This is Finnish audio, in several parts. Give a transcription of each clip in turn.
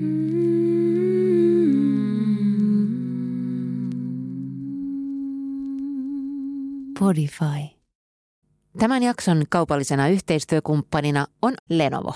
Podify. Tämän jakson kaupallisena yhteistyökumppanina on Lenovo.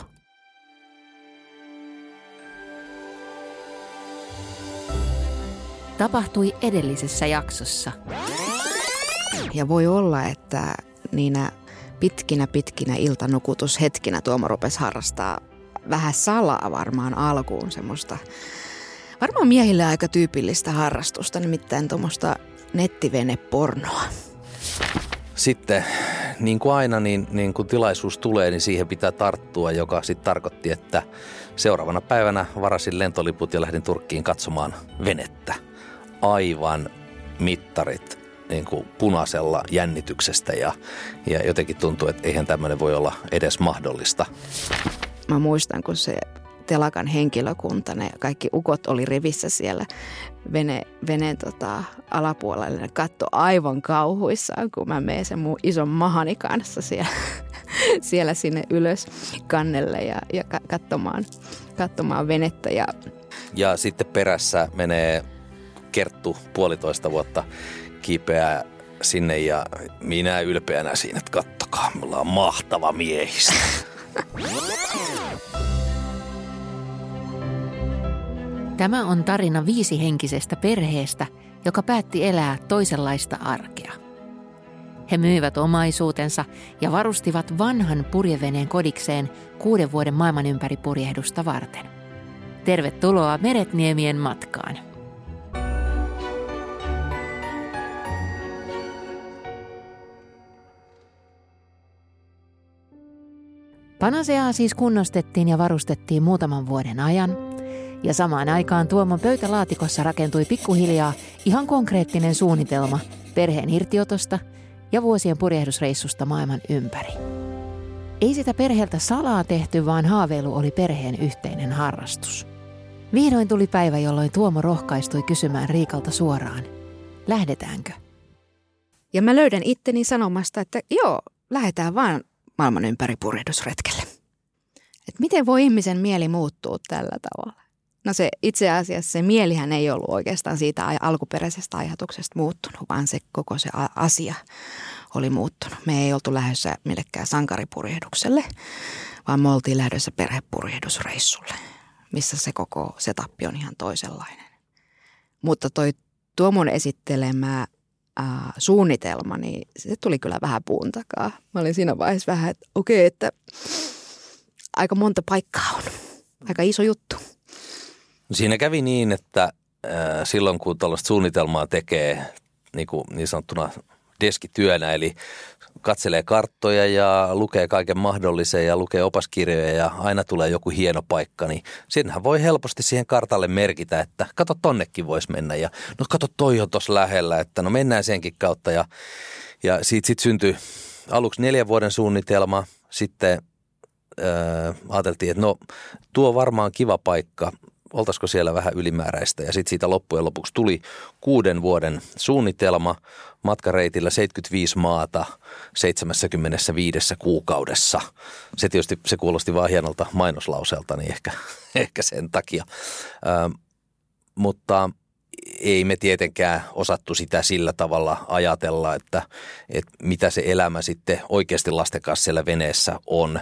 Tapahtui edellisessä jaksossa. Ja voi olla, että niinä pitkinä iltanukutushetkinä Tuomo rupesi harrastaa vähän salaa varmaan alkuun semmoista, varmaan miehille aika tyypillistä harrastusta, nimittäin tuommoista nettivenepornoa. Sitten niin kuin aina, niin kun tilaisuus tulee, niin siihen pitää tarttua, joka sitten tarkoitti, että seuraavana päivänä varasin lentoliput ja lähdin Turkkiin katsomaan venettä. Aivan mittarit niin kuin punaisella jännityksestä ja jotenkin tuntuu, että eihän tämmöinen voi olla edes mahdollista. Mä muistan, kun se telakan henkilökunta, ne kaikki ukot oli rivissä siellä veneen alapuolella. Ne katsoi aivan kauhuissaan, kun mä menen sen mun ison mahani kanssa siellä sinne ylös kannelle ja katsomaan venettä. Ja sitten perässä menee Kerttu 1,5 vuotta kiipeää sinne ja minä ylpeänä siinä, että kattokaa, me ollaan mahtava miehistä. Tämä on tarina 5-henkisestä perheestä, joka päätti elää toisenlaista arkea. He myivät omaisuutensa ja varustivat vanhan purjeveneen kodikseen 6 vuoden maailmanympäripurjehdusta varten. Tervetuloa Meretniemien matkaan! Panaseaa siis kunnostettiin ja varustettiin muutaman vuoden ajan, ja samaan aikaan Tuomon pöytälaatikossa rakentui pikkuhiljaa ihan konkreettinen suunnitelma perheen irtiotosta ja vuosien purjehdusreissusta maailman ympäri. Ei sitä perheeltä salaa tehty, vaan haaveilu oli perheen yhteinen harrastus. Vihdoin tuli päivä, jolloin Tuomo rohkaistui kysymään Riikalta suoraan, lähdetäänkö? Ja mä löydän itteni sanomasta, että joo, lähdetään vaan maailman ympäri purjehdusretkelle. Et miten voi ihmisen mieli muuttua tällä tavalla? No se itse asiassa se mielihän ei ollut oikeastaan siitä alkuperäisestä ajatuksesta muuttunut, vaan se koko se asia oli muuttunut. Me ei oltu lähdössä millekään sankaripurjehdukselle, vaan me oltiin lähdössä perhepurjehdusreissulle, missä se koko setappi on ihan toisenlainen. Mutta tuo mun esittelemä suunnitelma, niin se tuli kyllä vähän puun takaa. Mä olin siinä vaiheessa vähän, että okei, että aika monta paikkaa on. Aika iso juttu. Siinä kävi niin, että silloin kun tällaista suunnitelmaa tekee niin sanottuna deskityönä, eli katselee karttoja ja lukee kaiken mahdollisen ja lukee opaskirjoja ja aina tulee joku hieno paikka, niin siinähän voi helposti siihen kartalle merkitä, että kato tonnekin voisi mennä ja no kato toi on tuossa lähellä, että no mennään senkin kautta ja siitä sitten syntyi aluksi 4 vuoden suunnitelma, sitten ajateltiin, että no tuo varmaan kiva paikka, oltaisiko siellä vähän ylimääräistä ja sitten siitä loppujen lopuksi tuli 6 vuoden suunnitelma matkareitillä 75 maata 75 kuukaudessa. Se tietysti se kuulosti vaan hienolta mainoslauseelta, niin ehkä sen takia. Mutta ei me tietenkään osattu sitä sillä tavalla ajatella, että mitä se elämä sitten oikeasti lasten kanssa siellä veneessä on.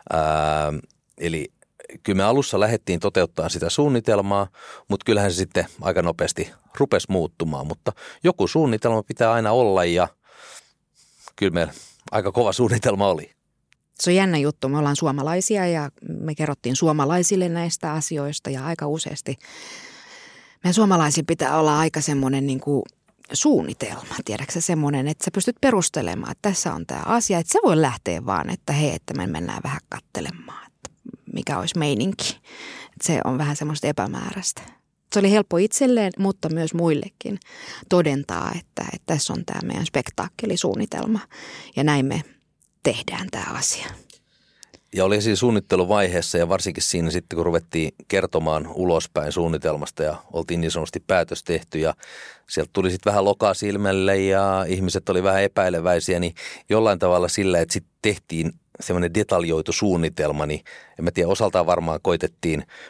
Eli kyllä me alussa lähdettiin toteuttaa sitä suunnitelmaa, mutta kyllähän se sitten aika nopeasti rupesi muuttumaan. Mutta joku suunnitelma pitää aina olla ja kyllä meillä aika kova suunnitelma oli. Se on jännä juttu. Me ollaan suomalaisia ja me kerrottiin suomalaisille näistä asioista ja aika useasti meidän suomalaisilla pitää olla aika semmoinen niin kuin suunnitelma. Tiedätkö semmoinen, että sä pystyt perustelemaan, että tässä on tämä asia, että se voi lähteä vaan, että hei, että me mennään vähän katselemaan, että mikä olisi meininki. Että se on vähän semmoista epämääräistä. Se oli helppo itselleen, mutta myös muillekin todentaa, että tässä on tämä meidän spektaakkelisuunnitelma ja näin me tehdään tämä asia. Ja oli siinä suunnitteluvaiheessa ja varsinkin siinä sitten, kun ruvettiin kertomaan ulospäin suunnitelmasta ja oltiin niin sanotusti päätös tehty ja sieltä tuli sitten vähän lokaa silmälle ja ihmiset oli vähän epäileväisiä, niin jollain tavalla sillä, että sitten tehtiin semmoinen detaljoitu suunnitelma, niin en mä tiedä, osaltaan varmaan koitettiin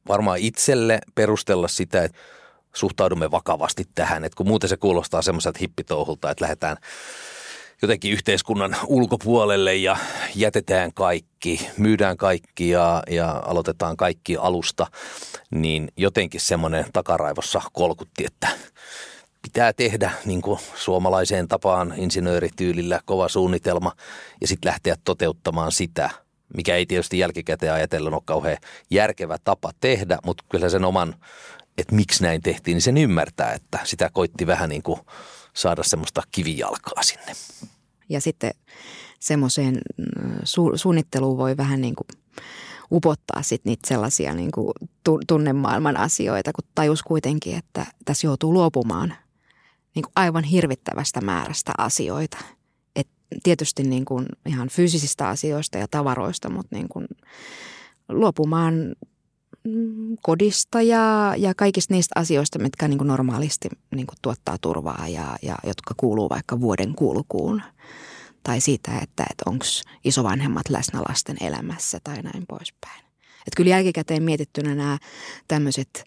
varmaan itselle perustella sitä, että suhtaudumme vakavasti tähän, että kun muuten se kuulostaa semmoiselta hippitouhulta, että lähdetään jotenkin yhteiskunnan ulkopuolelle ja jätetään kaikki, myydään kaikki ja aloitetaan kaikki alusta, niin jotenkin semmoinen takaraivossa kolkutti, että pitää tehdä niin kuin suomalaiseen tapaan insinöörityylillä kova suunnitelma ja sitten lähteä toteuttamaan sitä, mikä ei tietysti jälkikäteen ajatellen ole kauhean järkevä tapa tehdä, mutta kyllä sen oman, että miksi näin tehtiin, niin sen ymmärtää, että sitä koitti vähän niin kuin saada semmoista kivijalkaa sinne. Ja sitten semmoiseen suunnitteluun voi vähän niin kuin upottaa sitten niitä sellaisia niin kuin tunnemaailman asioita, kun tajus kuitenkin, että tässä joutuu luopumaan niin kuin aivan hirvittävästä määrästä asioita. Et tietysti niin kuin ihan fyysisistä asioista ja tavaroista, mutta niin kuin luopumaan kodista ja kaikista niistä asioista, mitkä niin kuin normaalisti niin kuin tuottaa turvaa ja jotka kuuluu vaikka vuoden kulkuun. Tai siitä, että onko isovanhemmat läsnä lasten elämässä tai näin poispäin. Että kyllä jälkikäteen mietittynä nämä tämmöiset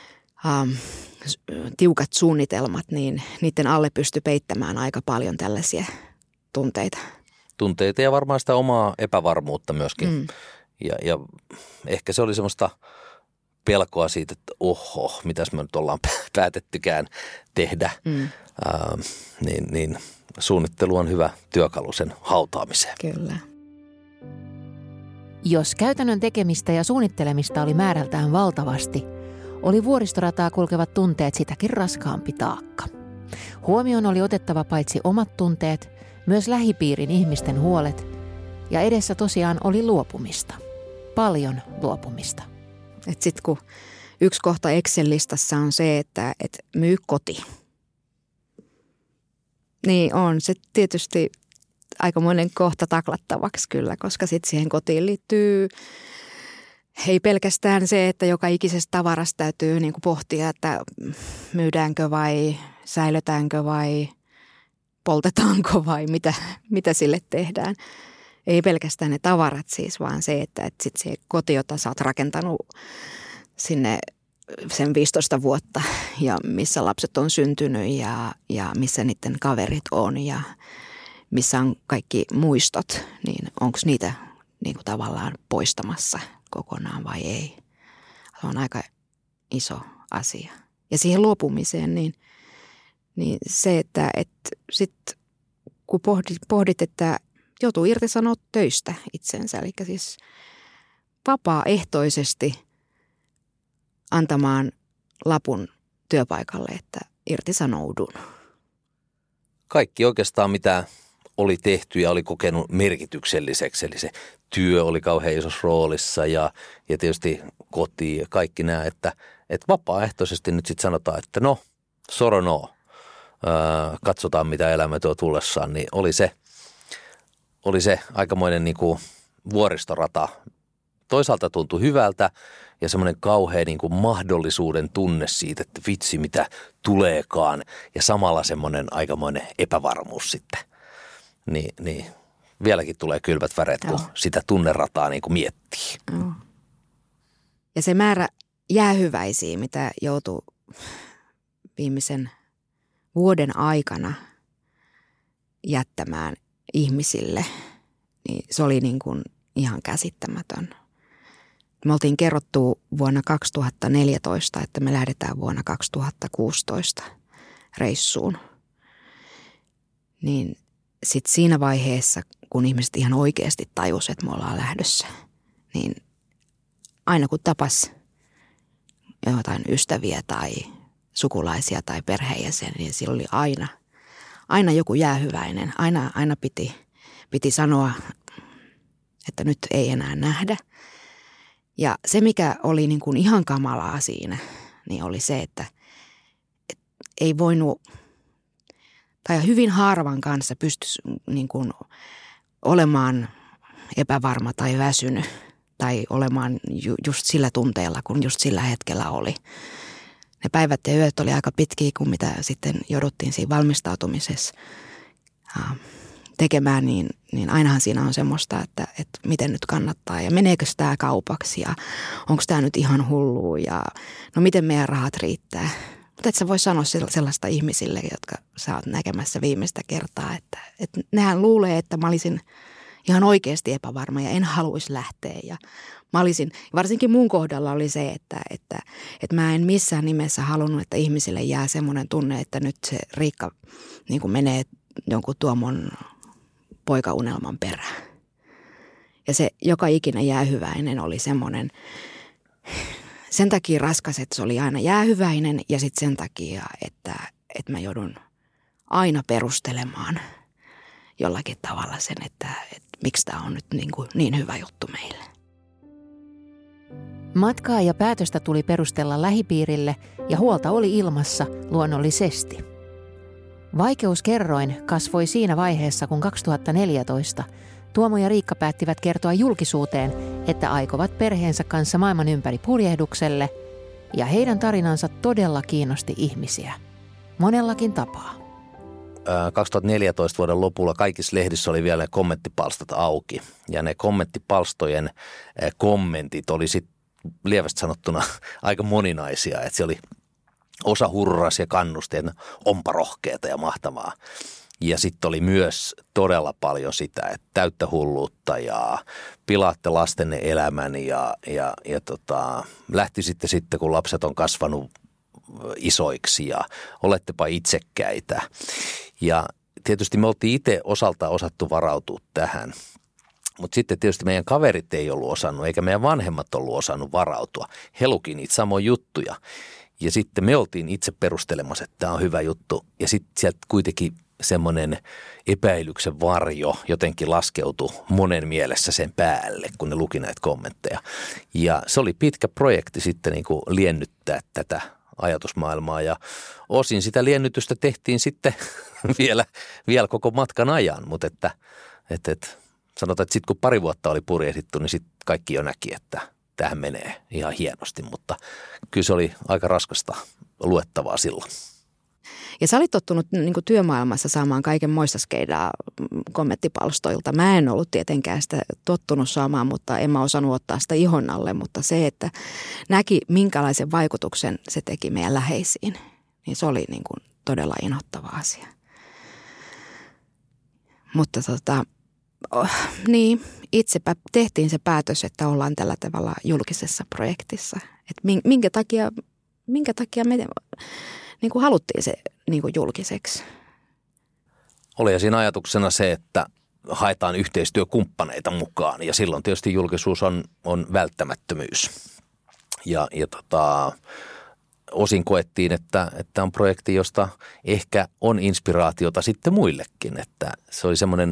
tiukat suunnitelmat, niin niiden alle pystyi peittämään aika paljon tällaisia tunteita. Tunteita ja varmaan sitä omaa epävarmuutta myöskin. Ja ehkä se oli semmoista pelkoa siitä, että oho, mitäs me nyt ollaan päätettykään tehdä. Niin suunnittelu on hyvä työkalu sen hautaamiseen. Kyllä. Jos käytännön tekemistä ja suunnittelemista oli määrältään valtavasti, oli vuoristorataa kulkevat tunteet sitäkin raskaampi taakka. Huomioon oli otettava paitsi omat tunteet, myös lähipiirin ihmisten huolet, ja edessä tosiaan oli luopumista. Paljon luopumista. Sitten kun yksi kohta Excel-listassa on se, että myy koti. Niin on se tietysti aikamoinen kohta taklattavaksi kyllä, koska sitten siihen kotiin liittyy ei pelkästään se, että joka ikisestä tavarasta täytyy niin kuin pohtia, että myydäänkö vai säilötäänkö vai poltetaanko vai mitä sille tehdään. Ei pelkästään ne tavarat siis, vaan se, että sitten se koti, jota sä oot rakentanut sinne sen 15 vuotta ja missä lapset on syntynyt ja missä niiden kaverit on ja missä on kaikki muistot, niin onko niitä niin kuin tavallaan poistamassa kokonaan vai ei. Se on aika iso asia. Ja siihen luopumiseen, niin se, että sitten kun pohdit, että joutuu irtisanoa töistä itsensä, eli siis vapaaehtoisesti antamaan lapun työpaikalle, että irtisanoudun. Kaikki oikeastaan mitä oli tehty ja oli kokenut merkitykselliseksi, eli se työ oli kauhean isossa roolissa ja tietysti koti ja kaikki nämä, että vapaaehtoisesti nyt sitten sanotaan, että no, soro no, katsotaan mitä elämä tuo tullessaan, niin oli se aikamoinen niin kuin vuoristorata. Toisaalta tuntui hyvältä ja semmoinen kauhea niin kuin mahdollisuuden tunne siitä, että vitsi mitä tuleekaan ja samalla semmoinen aikamoinen epävarmuus sitten. Niin vieläkin tulee kylmät väreet, kun sitä tunnerataa niin kuin miettii. Joo. Ja se määrä jäähyväisiä, mitä joutui viimeisen vuoden aikana jättämään ihmisille, niin se oli niin kuin ihan käsittämätön. Me oltiin kerrottu vuonna 2014, että me lähdetään vuonna 2016 reissuun. Niin sitten siinä vaiheessa, kun ihmiset ihan oikeasti tajusivat, että me ollaan lähdössä, niin aina kun tapas jotain ystäviä tai sukulaisia tai perheenjäseniä, niin sillä oli aina joku jäähyväinen. Aina piti sanoa, että nyt ei enää nähdä. Ja se, mikä oli niin kuin ihan kamalaa siinä, niin oli se, että ei voinut, tai hyvin harvan kanssa pystyisi niin kuin olemaan epävarma tai väsynyt tai olemaan just sillä tunteella, kun just sillä hetkellä oli. Ne päivät ja yöt oli aika pitkiä kuin mitä sitten jouduttiin siinä valmistautumisessa tekemään, niin ainahan siinä on semmoista, että miten nyt kannattaa ja meneekö tämä kaupaksi ja onko tämä nyt ihan hullua ja no miten meidän rahat riittää. Mutta et sä voi sanoa sellaista ihmisille, jotka sä oot näkemässä viimeistä kertaa, että nehän luulee, että mä olisin ihan oikeasti epävarma ja en haluaisi lähteä. Ja mä olisin, varsinkin mun kohdalla oli se, että mä en missään nimessä halunnut, että ihmisille jää semmoinen tunne, että nyt se Riikka niin kuin menee jonkun Tuomon poikaunelman perään. Ja se joka ikinen jäähyväinen oli semmoinen, sen takia raskas, että se oli aina jäähyväinen ja sitten sen takia, että mä joudun aina perustelemaan jollakin tavalla sen, että miksi tämä on nyt niin hyvä juttu meille. Matkaa ja päätöstä tuli perustella lähipiirille ja huolta oli ilmassa luonnollisesti. Vaikeuskerroin kasvoi siinä vaiheessa, kun 2014 Tuomo ja Riikka päättivät kertoa julkisuuteen, että aikovat perheensä kanssa maailman ympäri purjehdukselle, ja heidän tarinansa todella kiinnosti ihmisiä. Monellakin tapaa. 2014 vuoden lopulla kaikissa lehdissä oli vielä kommenttipalstat auki, ja ne kommenttipalstojen kommentit oli sitten lievästi sanottuna aika moninaisia, että se oli osa hurras ja kannusti, että onpa rohkeata ja mahtavaa. Ja sitten oli myös todella paljon sitä, että täyttä hulluutta ja pilaatte lastenne elämän ja lähti sitten kun lapset on kasvanut isoiksi ja olettepa itsekkäitä. Ja tietysti me oltiin itse osaltaan osattu varautua tähän, mutta sitten tietysti meidän kaverit ei ollut osannut eikä meidän vanhemmat ollut osannut varautua. He luki niitä samoja juttuja ja sitten me oltiin itse perustelemassa, että tämä on hyvä juttu ja sitten sieltä kuitenkin semmoinen epäilyksen varjo jotenkin laskeutui monen mielessä sen päälle, kun ne luki näitä kommentteja. Ja se oli pitkä projekti sitten niin kuin liennyttää tätä ajatusmaailmaa ja osin sitä liennytystä tehtiin sitten vielä koko matkan ajan, mutta että sanotaan, että sitten kun pari vuotta oli purjehdittu, niin sitten kaikki jo näki, että tämähän menee ihan hienosti, mutta kyllä se oli aika raskasta luettavaa silloin. Ja sä olit tottunut niin kuin työmaailmassa saamaan kaiken moista skeidaa kommenttipalstoilta. Mä en ollut tietenkään sitä tottunut saamaan, mutta en mä osannut ottaa sitä ihon alle. Mutta se, että näki minkälaisen vaikutuksen se teki meidän läheisiin, niin se oli niin kuin todella inhottava asia. Mutta niin, itsepä tehtiin se päätös, että ollaan tällä tavalla julkisessa projektissa. Että minkä takia me niin kuin haluttiin se niin kuin julkiseksi. Oli siinä ajatuksena se, että haetaan yhteistyökumppaneita mukaan ja silloin tietysti julkisuus on välttämättömyys. Ja osin koettiin, että on projekti, josta ehkä on inspiraatiota sitten muillekin. Että se oli semmoinen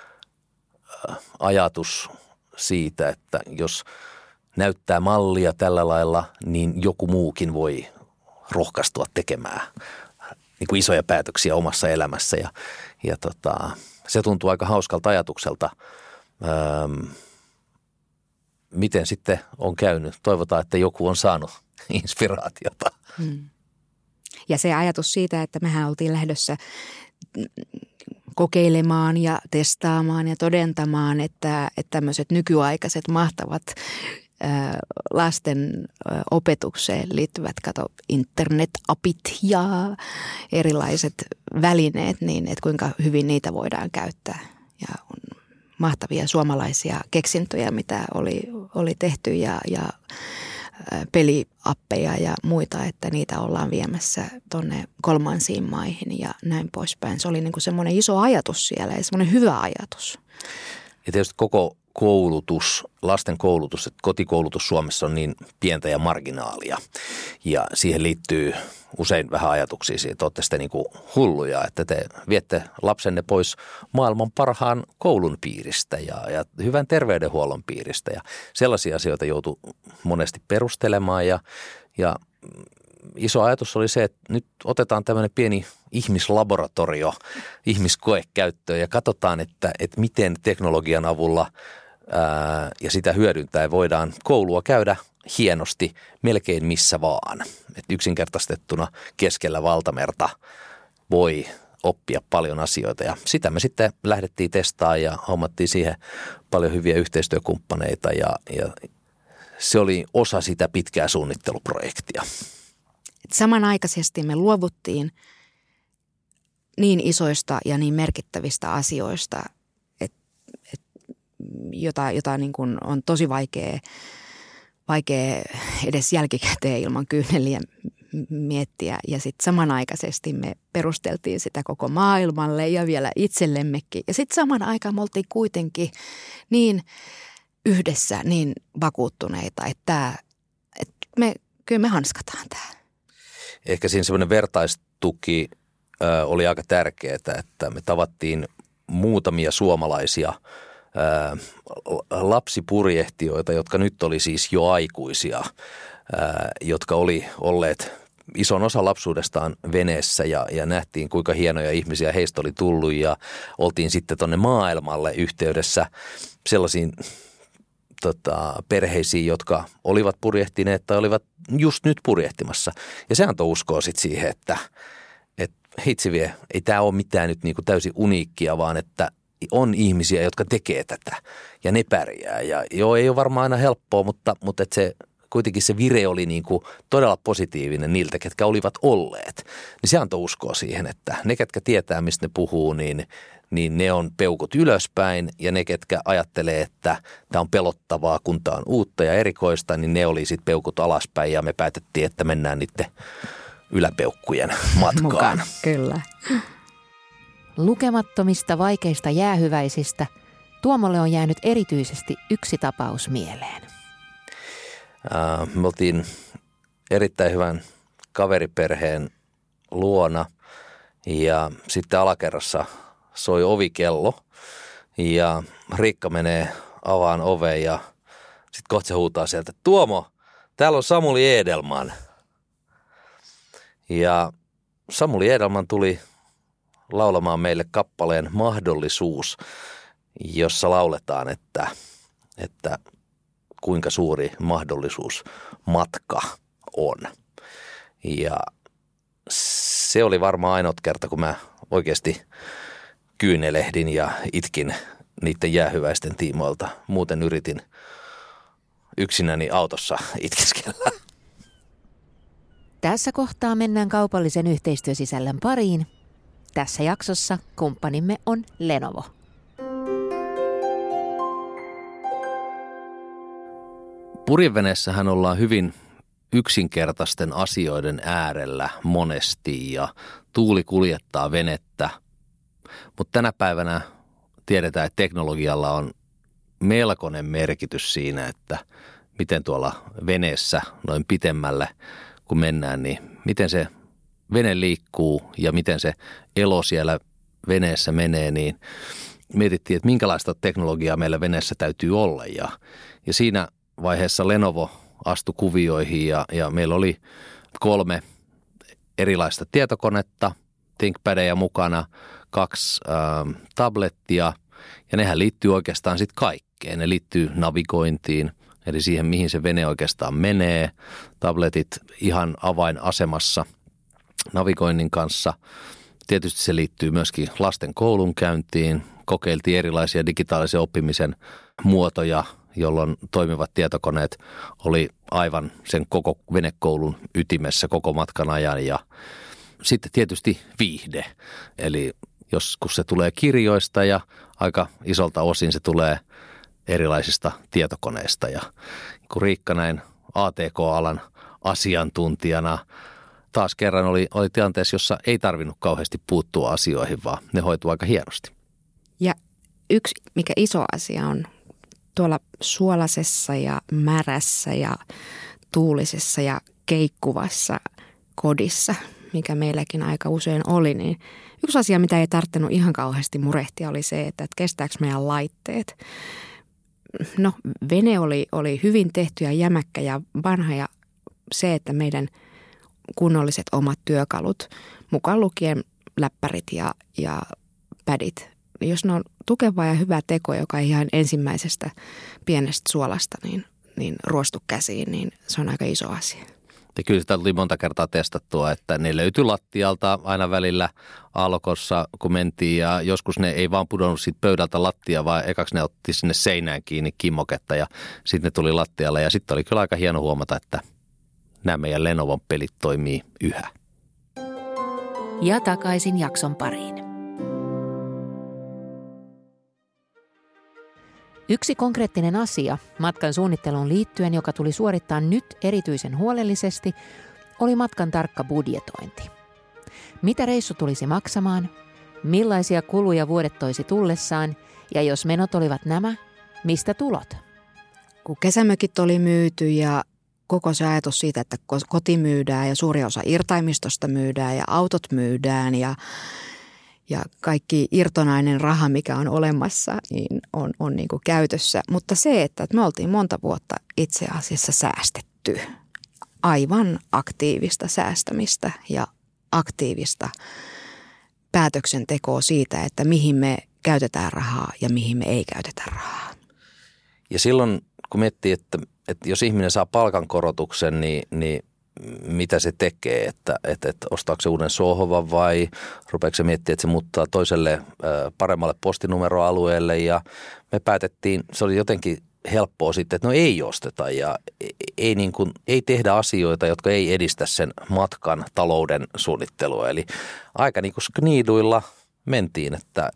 ajatus siitä, että jos näyttää mallia tällä lailla, niin joku muukin voi rohkaistua tekemään niin kuin isoja päätöksiä omassa elämässä ja se tuntuu aika hauskalta ajatukselta. Miten sitten on käynyt? Toivotaan, että joku on saanut inspiraatiota. Ja se ajatus siitä, että mehän oltiin lähdössä kokeilemaan ja testaamaan ja todentamaan, että tämmöiset nykyaikaiset mahtavat lasten opetukseen liittyvät internet-apit ja erilaiset välineet, niin että kuinka hyvin niitä voidaan käyttää. Ja on mahtavia suomalaisia keksintöjä, mitä oli tehty ja peliappeja ja muita, että niitä ollaan viemässä tuonne kolmansiin maihin ja näin poispäin. Se oli niin kuin semmoinen iso ajatus siellä ja semmoinen hyvä ajatus. Ja tietysti koko koulutus, lasten koulutus, että kotikoulutus Suomessa on niin pientä ja marginaalia ja siihen liittyy usein vähän ajatuksia siitä, että olette sitten niin kuin hulluja, että te viette lapsenne pois maailman parhaan koulun piiristä ja hyvän terveydenhuollon piiristä ja sellaisia asioita joutuu monesti perustelemaan ja iso ajatus oli se, että nyt otetaan tämmöinen pieni ihmislaboratorio, ihmiskoe käyttöön ja katsotaan, että miten teknologian avulla ja sitä hyödyntäen voidaan koulua käydä hienosti melkein missä vaan. Et yksinkertaistettuna keskellä valtamerta voi oppia paljon asioita ja sitä me sitten lähdettiin testaamaan ja hommattiin siihen paljon hyviä yhteistyökumppaneita ja se oli osa sitä pitkää suunnitteluprojektia. Samanaikaisesti me luovuttiin niin isoista ja niin merkittävistä asioista, jota niin kuin on tosi vaikea edes jälkikäteen ilman kyyneliä miettiä. Ja sitten samanaikaisesti me perusteltiin sitä koko maailmalle ja vielä itsellemmekin. Ja sitten saman aikaan me oltiin kuitenkin niin yhdessä niin vakuuttuneita, että kyllä me hanskataan tämä. Ehkä siinä semmoinen vertaistuki oli aika tärkeää, että me tavattiin muutamia suomalaisia lapsipurjehtijoita, jotka nyt oli siis jo aikuisia, jotka oli olleet ison osa lapsuudestaan veneessä ja nähtiin kuinka hienoja ihmisiä heistä oli tullut ja oltiin sitten tuonne maailmalle yhteydessä sellaisiin perheisiin, jotka olivat purjehtineet tai olivat just nyt purjehtimassa. Ja se antoi uskoa sitten siihen, että hitsi vie, ei tämä ole mitään nyt niinku täysin uniikkia, vaan että on ihmisiä, jotka tekee tätä ja ne pärjää. Ja joo, ei ole varmaan aina helppoa, mutta että se kuitenkin se vire oli niinku todella positiivinen niiltä, ketkä olivat olleet. Niin se antoi uskoa siihen, että ne, ketkä tietää, mistä ne puhuu, niin ne on peukut ylöspäin ja ne, ketkä ajattelee, että tämä on pelottavaa, kun tämä on uutta ja erikoista, niin ne oli sitten peukut alaspäin ja me päätettiin, että mennään niiden yläpeukkujen matkaan. Mukaan, kyllä. Lukemattomista vaikeista jäähyväisistä Tuomolle on jäänyt erityisesti yksi tapaus mieleen. Me oltiin erittäin hyvän kaveriperheen luona ja sitten alakerrassa soi ovikello ja Riikka menee avaan oven ja sitten kohta se huutaa sieltä, Tuomo, täällä on Samuli Edelman. Ja Samuli Edelman tuli laulamaan meille kappaleen Mahdollisuus, jossa lauletaan, että kuinka suuri mahdollisuus matka on. Ja se oli varmaan ainoa kerta, kun mä oikeasti kyynelehdin ja itkin niiden jäähyväisten tiimoilta. Muuten yritin yksinäni autossa itkeskellä. Tässä kohtaa mennään kaupallisen yhteistyösisällön pariin. Tässä jaksossa kumppanimme on Lenovo. Purjeveneessähän ollaan hyvin yksinkertaisten asioiden äärellä monesti ja tuuli kuljettaa venettä. Mutta tänä päivänä tiedetään, että teknologialla on melkoinen merkitys siinä, että miten tuolla veneessä noin pitemmälle kun mennään, niin miten se vene liikkuu ja miten se elo siellä veneessä menee, niin mietittiin, että minkälaista teknologiaa meillä veneessä täytyy olla. Ja siinä vaiheessa Lenovo astui kuvioihin ja meillä oli 3 erilaista tietokonetta, ThinkPadeja mukana, 2 tablettia ja nehän liittyy oikeastaan sitten kaikkeen. Ne liittyy navigointiin, eli siihen mihin se vene oikeastaan menee, tabletit ihan avainasemassa navigoinnin kanssa. Tietysti se liittyy myöskin lasten koulunkäyntiin. Kokeiltiin erilaisia digitaalisen oppimisen muotoja, jolloin toimivat tietokoneet oli aivan sen koko venekoulun ytimessä koko matkan ajan. Ja sitten tietysti viihde, eli kun se tulee kirjoista ja aika isolta osin se tulee erilaisista tietokoneista. Ja kun Riikka näin ATK-alan asiantuntijana taas kerran oli tilanteessa, jossa ei tarvinnut kauheasti puuttua asioihin, vaan ne hoituu aika hienosti. Ja yksi, mikä iso asia on tuolla suolaisessa ja märässä ja tuulisessa ja keikkuvassa kodissa, mikä meilläkin aika usein oli, niin yksi asia, mitä ei tarvinnut ihan kauheasti murehtia, oli se, että kestääkö meidän laitteet. No, vene oli hyvin tehty ja jämäkkä ja vanha ja se, että meidän kunnolliset omat työkalut, mukaan lukien läppärit ja pädit. Jos ne on tukeva ja hyvä teko, joka ei ihan ensimmäisestä pienestä suolasta niin ruostu käsiin, niin se on aika iso asia. Ja kyllä sitä tuli monta kertaa testattua, että ne löytyi lattialta aina välillä alkossa, kun mentiin ja joskus ne ei vaan pudonnut siitä pöydältä lattia, vaan ekaksi ne otti sinne seinään kiinni kimmoketta ja sitten ne tuli lattialle ja sitten oli kyllä aika hieno huomata, että nämä meidän Lenovon pelit toimii yhä. Ja takaisin jakson pariin. Yksi konkreettinen asia matkan suunnitteluun liittyen, joka tuli suorittaa nyt erityisen huolellisesti, oli matkan tarkka budjetointi. Mitä reissu tulisi maksamaan, millaisia kuluja vuodet toisi tullessaan ja jos menot olivat nämä, mistä tulot? Kun kesämökit oli myyty ja koko se ajatus siitä, että koti myydään ja suuri osa irtaimistosta myydään ja autot myydään ja kaikki irtonainen raha, mikä on olemassa, niin on niin kuin käytössä. Mutta se, että me oltiin monta vuotta itse asiassa säästetty. Aivan aktiivista säästämistä ja aktiivista päätöksentekoa siitä, että mihin me käytetään rahaa ja mihin me ei käytetä rahaa. Ja silloin, kun miettii, että jos ihminen saa palkankorotuksen, niin mitä se tekee, että ostaako se uuden sohvan vai rupeeko se miettiä, että se muuttaa toiselle paremmalle postinumeroalueelle ja me päätettiin, se oli jotenkin helppoa sitten, että no ei osteta ja ei tehdä asioita, jotka ei edistä sen matkan talouden suunnittelua. Eli aika niin kuin skniiduilla mentiin, että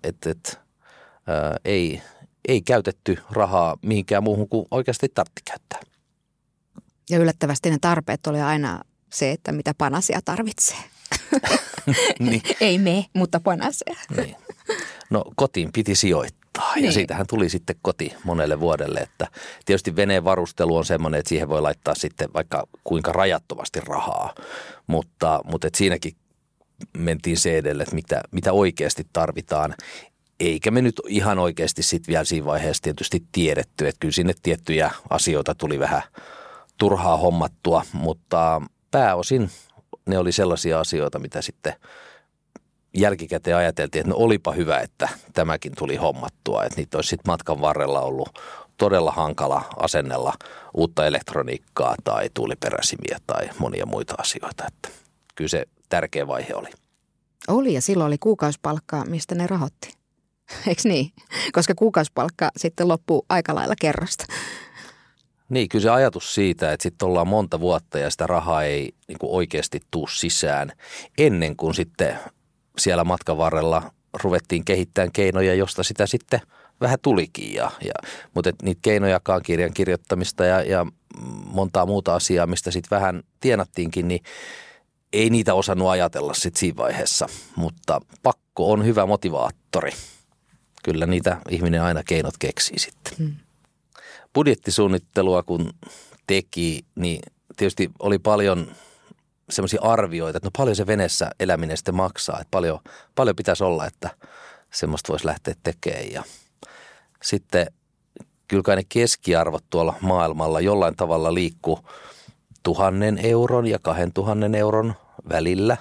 ei käytetty rahaa mihinkään muuhun kuin oikeasti tarvitsi käyttää. Ja yllättävästi ne tarpeet oli aina se, että mitä Panasia tarvitsee. Niin. Ei me, mutta Panasia. Niin. No kotiin piti sijoittaa ja siitähän tuli sitten koti monelle vuodelle. Että tietysti veneen varustelu on semmoinen, että siihen voi laittaa sitten vaikka kuinka rajattomasti rahaa. Mutta että siinäkin mentiin se edelle, että mitä oikeasti tarvitaan. Eikä me nyt ihan oikeasti sitten vielä siinä vaiheessa tietysti tiedetty, että kyllä sinne tiettyjä asioita tuli vähän turhaa hommattua, mutta pääosin ne oli sellaisia asioita, mitä sitten jälkikäteen ajateltiin, että no olipa hyvä, että tämäkin tuli hommattua, että niitä olisi sitten matkan varrella ollut todella hankala asennella uutta elektroniikkaa tai tuuliperäisimiä tai monia muita asioita, että kyllä se tärkeä vaihe oli. Oli ja silloin oli kuukausipalkkaa, mistä ne rahoitti, eikö niin? Koska kuukausipalkka sitten loppuu aika lailla kerrasta. Niin, kyllä se ajatus siitä, että sitten ollaan monta vuotta ja sitä rahaa ei niin kuin oikeasti tuu sisään ennen kuin sitten siellä matkan varrella ruvettiin kehittämään keinoja, josta sitä sitten vähän tulikin. Mutta niitä keinojakaan, kirjan kirjoittamista ja montaa muuta asiaa, mistä sitten vähän tienattiinkin, niin ei niitä osannut ajatella sitten siinä vaiheessa. Mutta pakko on hyvä motivaattori. Kyllä niitä ihminen aina keinot keksii sitten. Budjettisuunnittelua kun teki, niin tietysti oli paljon semmoisia arvioita, että no paljon se veneessä eläminen sitten maksaa, että paljon pitäisi olla, että semmoista voisi lähteä tekemään. Ja sitten kyllä kai ne keskiarvot tuolla maailmalla jollain tavalla liikkuu 1 000 euron ja 2 000 euron välillä.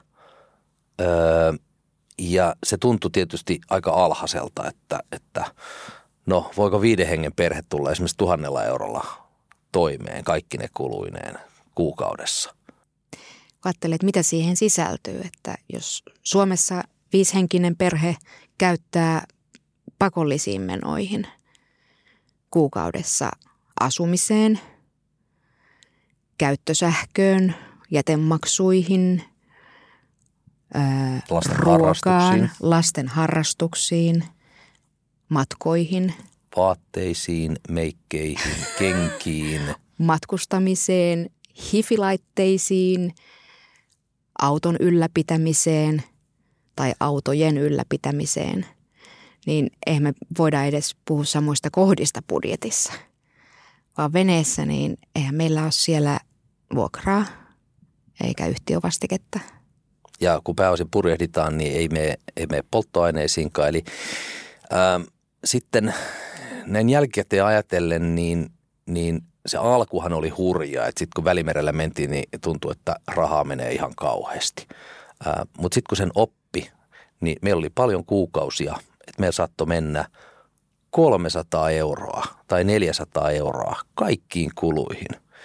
Ja se tuntui tietysti aika alhaiselta, että no voiko 5 hengen perhe tulla esimerkiksi 1 000 eurolla toimeen kaikki ne kuluineen kuukaudessa? Katselet, mitä siihen sisältyy, että jos Suomessa 5-henkinen perhe käyttää pakollisiin menoihin kuukaudessa asumiseen, käyttösähköön, jätemaksuihin, ruokaan, lasten harrastuksiin, matkoihin, vaatteisiin, meikkeihin, kenkiin, matkustamiseen, hifilaitteisiin, auton ylläpitämiseen tai autojen ylläpitämiseen, niin eihän me voida edes puhua samoista kohdista budjetissa. Vaan veneessä, niin eihän meillä ole siellä vuokraa eikä yhtiövastiketta. Ja kun pääosin purjehditaan, niin ei mene polttoaineisiinkaan. Eli sitten näin jälkikäteen ajatellen, niin se alkuhan oli hurjaa. Että sitten kun Välimerellä mentiin, niin tuntui, että rahaa menee ihan kauheasti. Mutta sitten kun sen oppi, niin meillä oli paljon kuukausia, että meillä saattoi mennä 300 euroa tai 400 euroa kaikkiin kuluihin.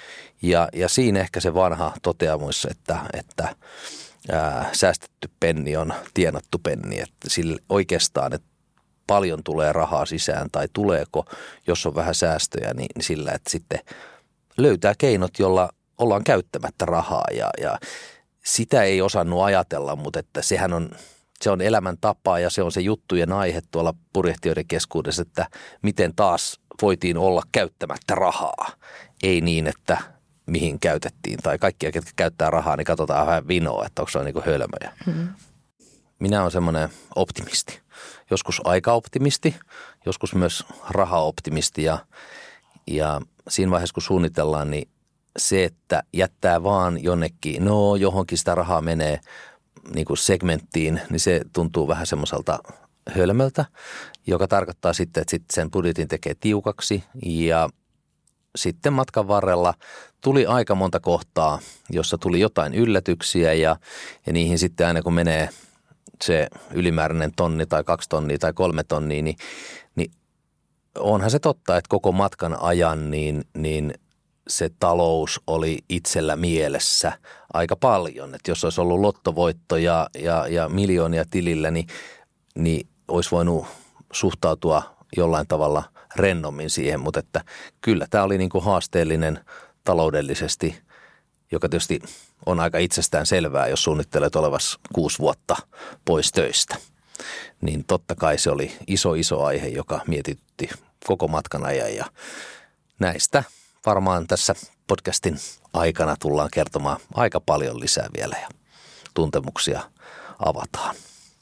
Ja siinä ehkä se vanha toteamus, että säästetty penni on tienattu penni, että sille oikeastaan, että paljon tulee rahaa sisään tai tuleeko, jos on vähän säästöjä, niin sillä, että sitten löytää keinot, jolla ollaan käyttämättä rahaa ja sitä ei osannut ajatella, mutta että se on elämäntapa ja se on se juttujen aihe tuolla purjehtijoiden keskuudessa, että miten taas voitiin olla käyttämättä rahaa. Ei niin, että mihin käytettiin tai kaikkia, ketkä käyttää rahaa, niin katsotaan vähän vinoa, että onko se niin kuin hölmöjä. Minä olen semmoinen optimisti. Joskus aikaoptimisti, joskus myös rahaoptimisti ja siinä vaiheessa kun suunnitellaan, niin se, että jättää vaan jonnekin, johonkin sitä rahaa menee niin kuin segmenttiin, niin se tuntuu vähän semmoiselta hölmöltä, joka tarkoittaa sitten, että sitten sen budjetin tekee tiukaksi ja sitten matkan varrella tuli aika monta kohtaa, jossa tuli jotain yllätyksiä ja niihin sitten aina kun menee se ylimääräinen tonni tai 2 tonnia tai 3 tonnia, niin onhan se totta, että koko matkan ajan niin se talous oli itsellä mielessä aika paljon. Että jos olisi ollut lottovoitto ja miljoonia tilillä, niin olisi voinut suhtautua jollain tavalla rennommin siihen. Mutta että kyllä tämä oli niin kuin haasteellinen taloudellisesti, joka tietysti on aika itsestään selvää, jos suunnittelet olevas 6 vuotta pois töistä. Niin totta kai se oli iso aihe, joka mietitytti koko matkan ajan ja näistä varmaan tässä podcastin aikana tullaan kertomaan aika paljon lisää vielä ja tuntemuksia avataan.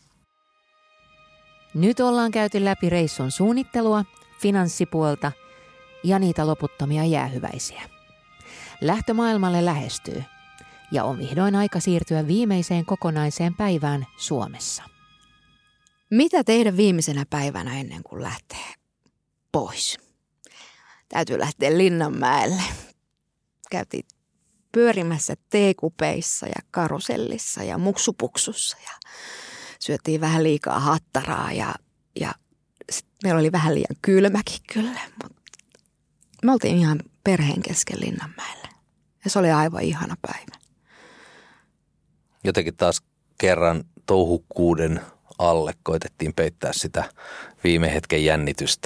Nyt ollaan käyty läpi reissun suunnittelua, finanssipuolta ja niitä loputtomia jäähyväisiä. Lähtö maailmalle lähestyy ja on vihdoin aika siirtyä viimeiseen kokonaiseen päivään Suomessa. Mitä tehdä viimeisenä päivänä ennen kuin lähtee pois? Täytyy lähteä Linnanmäelle. Käytiin pyörimässä teekupeissa ja karusellissa ja muksupuksussa ja syötiin vähän liikaa hattaraa ja meillä oli vähän liian kylmäkin kyllä. Me oltiin ihan perheen kesken Linnanmäellä ja se oli aivan ihana päivä. Jotenkin taas kerran touhukkuuden alle koitettiin peittää sitä viime hetken jännitystä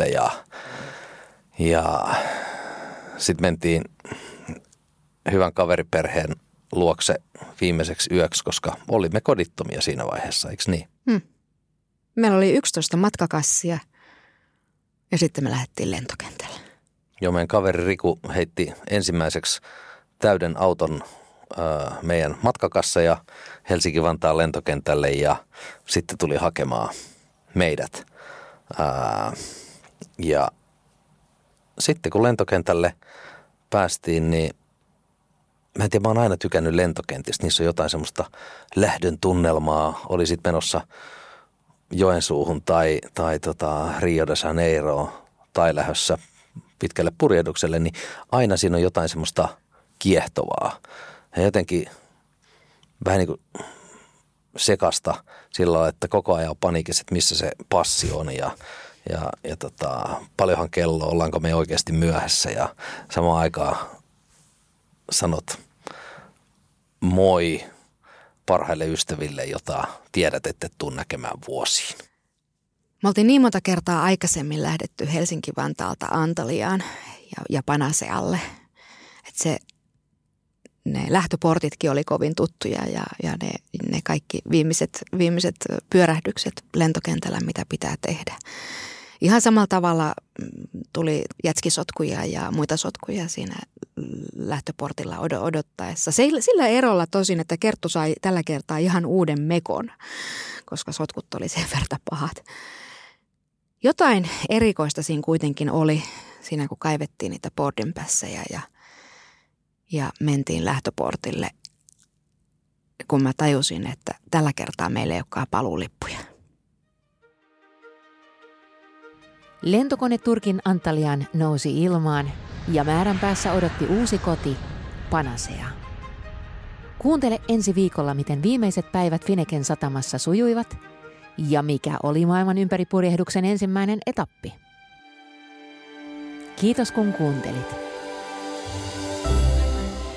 ja sitten mentiin hyvän kaveriperheen luokse viimeiseksi yöksi, koska olimme kodittomia siinä vaiheessa, eikö niin? Meillä oli 11 matkakassia ja sitten me lähdettiin lentokentälle. Joo, meidän kaveri Riku heitti ensimmäiseksi täyden auton meidän matkakassa ja Helsinki-Vantaan lentokentälle ja sitten tuli hakemaan meidät. Ja sitten kun lentokentälle päästiin, niin mä en tiedä, mä oon aina tykännyt lentokentistä. Niissä on jotain semmoista lähdön tunnelmaa. Oli sitten menossa Joensuuhun tai Rio de Janeiro tai lähdössä pitkälle purjehdukselle, niin aina siinä on jotain semmoista kiehtovaa. Ja jotenkin vähän niin kuin sekasta sillä, että koko ajan on paniikissa, että missä se passi on ja paljonhan kello, ollaanko me oikeasti myöhässä ja samaan aikaan sanot moi parhaille ystäville, jota tiedät, että et tule näkemään vuosiin. Me oltiin niin monta kertaa aikaisemmin lähdetty Helsinki-Vantaalta Antaliaan ja Panasealle, että ne lähtöportitkin oli kovin tuttuja ja ne kaikki viimeiset pyörähdykset lentokentällä, mitä pitää tehdä. Ihan samalla tavalla tuli jätskisotkuja ja muita sotkuja siinä lähtöportilla odottaessa. Sillä erolla tosin, että Kerttu sai tällä kertaa ihan uuden mekon, koska sotkut oli sen verran pahat. Jotain erikoista siinä kuitenkin oli siinä, kun kaivettiin niitä boarding passeja ja mentiin lähtöportille, kun mä tajusin, että tällä kertaa meillä ei olekaan paluulippuja. Lentokone Turkin Antaliaan nousi ilmaan ja määränpäässä odotti uusi koti, Panasea. Kuuntele ensi viikolla, miten viimeiset päivät Fineken satamassa sujuivat ja mikä oli maailman ympäripurjehduksen ensimmäinen etappi. Kiitos kun kuuntelit.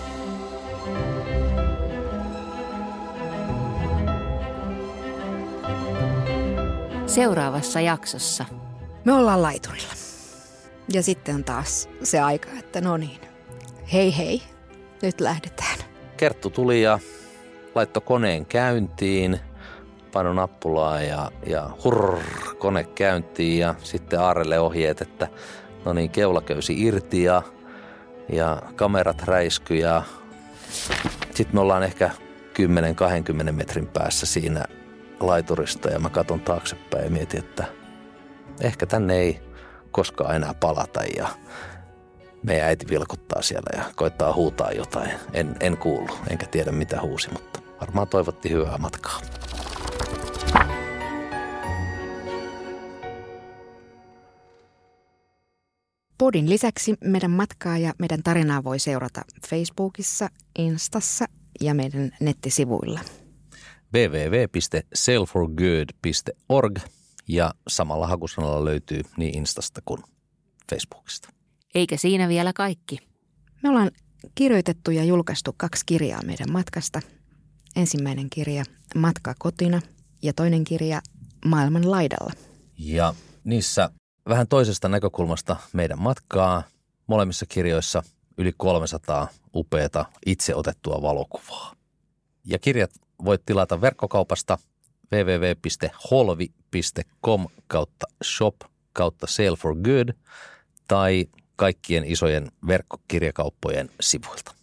seuraavassa jaksossa. Me ollaan laiturilla. Ja sitten on taas se aika, että no niin, hei, nyt lähdetään. Kerttu tuli ja laittoi koneen käyntiin, painoi nappulaa ja kone käyntiin ja sitten Aarelle ohjeet, että no niin, keulaköysi irti ja kamerat räisky ja sitten me ollaan ehkä 10-20 metrin päässä siinä laiturista ja mä katson taaksepäin ja mietin, että ehkä tänne ei koskaan enää palata ja meidän äiti vilkuttaa siellä ja koittaa huutaa jotain. En kuullut, enkä tiedä mitä huusi, mutta varmaan toivotti hyvää matkaa. Podin lisäksi meidän matkaa ja meidän tarinaa voi seurata Facebookissa, Instassa ja meidän nettisivuilla. www.sailforgood.org ja samalla hakusanalla löytyy niin Instasta kuin Facebookista. Eikä siinä vielä kaikki. Me ollaan kirjoitettu ja julkaistu 2 kirjaa meidän matkasta. Ensimmäinen kirja Matka kotina ja toinen kirja Maailman laidalla. Ja niissä vähän toisesta näkökulmasta meidän matkaa. Molemmissa kirjoissa yli 300 upeata itse otettua valokuvaa. Ja kirjat voit tilata verkkokaupasta www.holvi.com/shop/sail for good tai kaikkien isojen verkkokirjakauppojen sivuilta.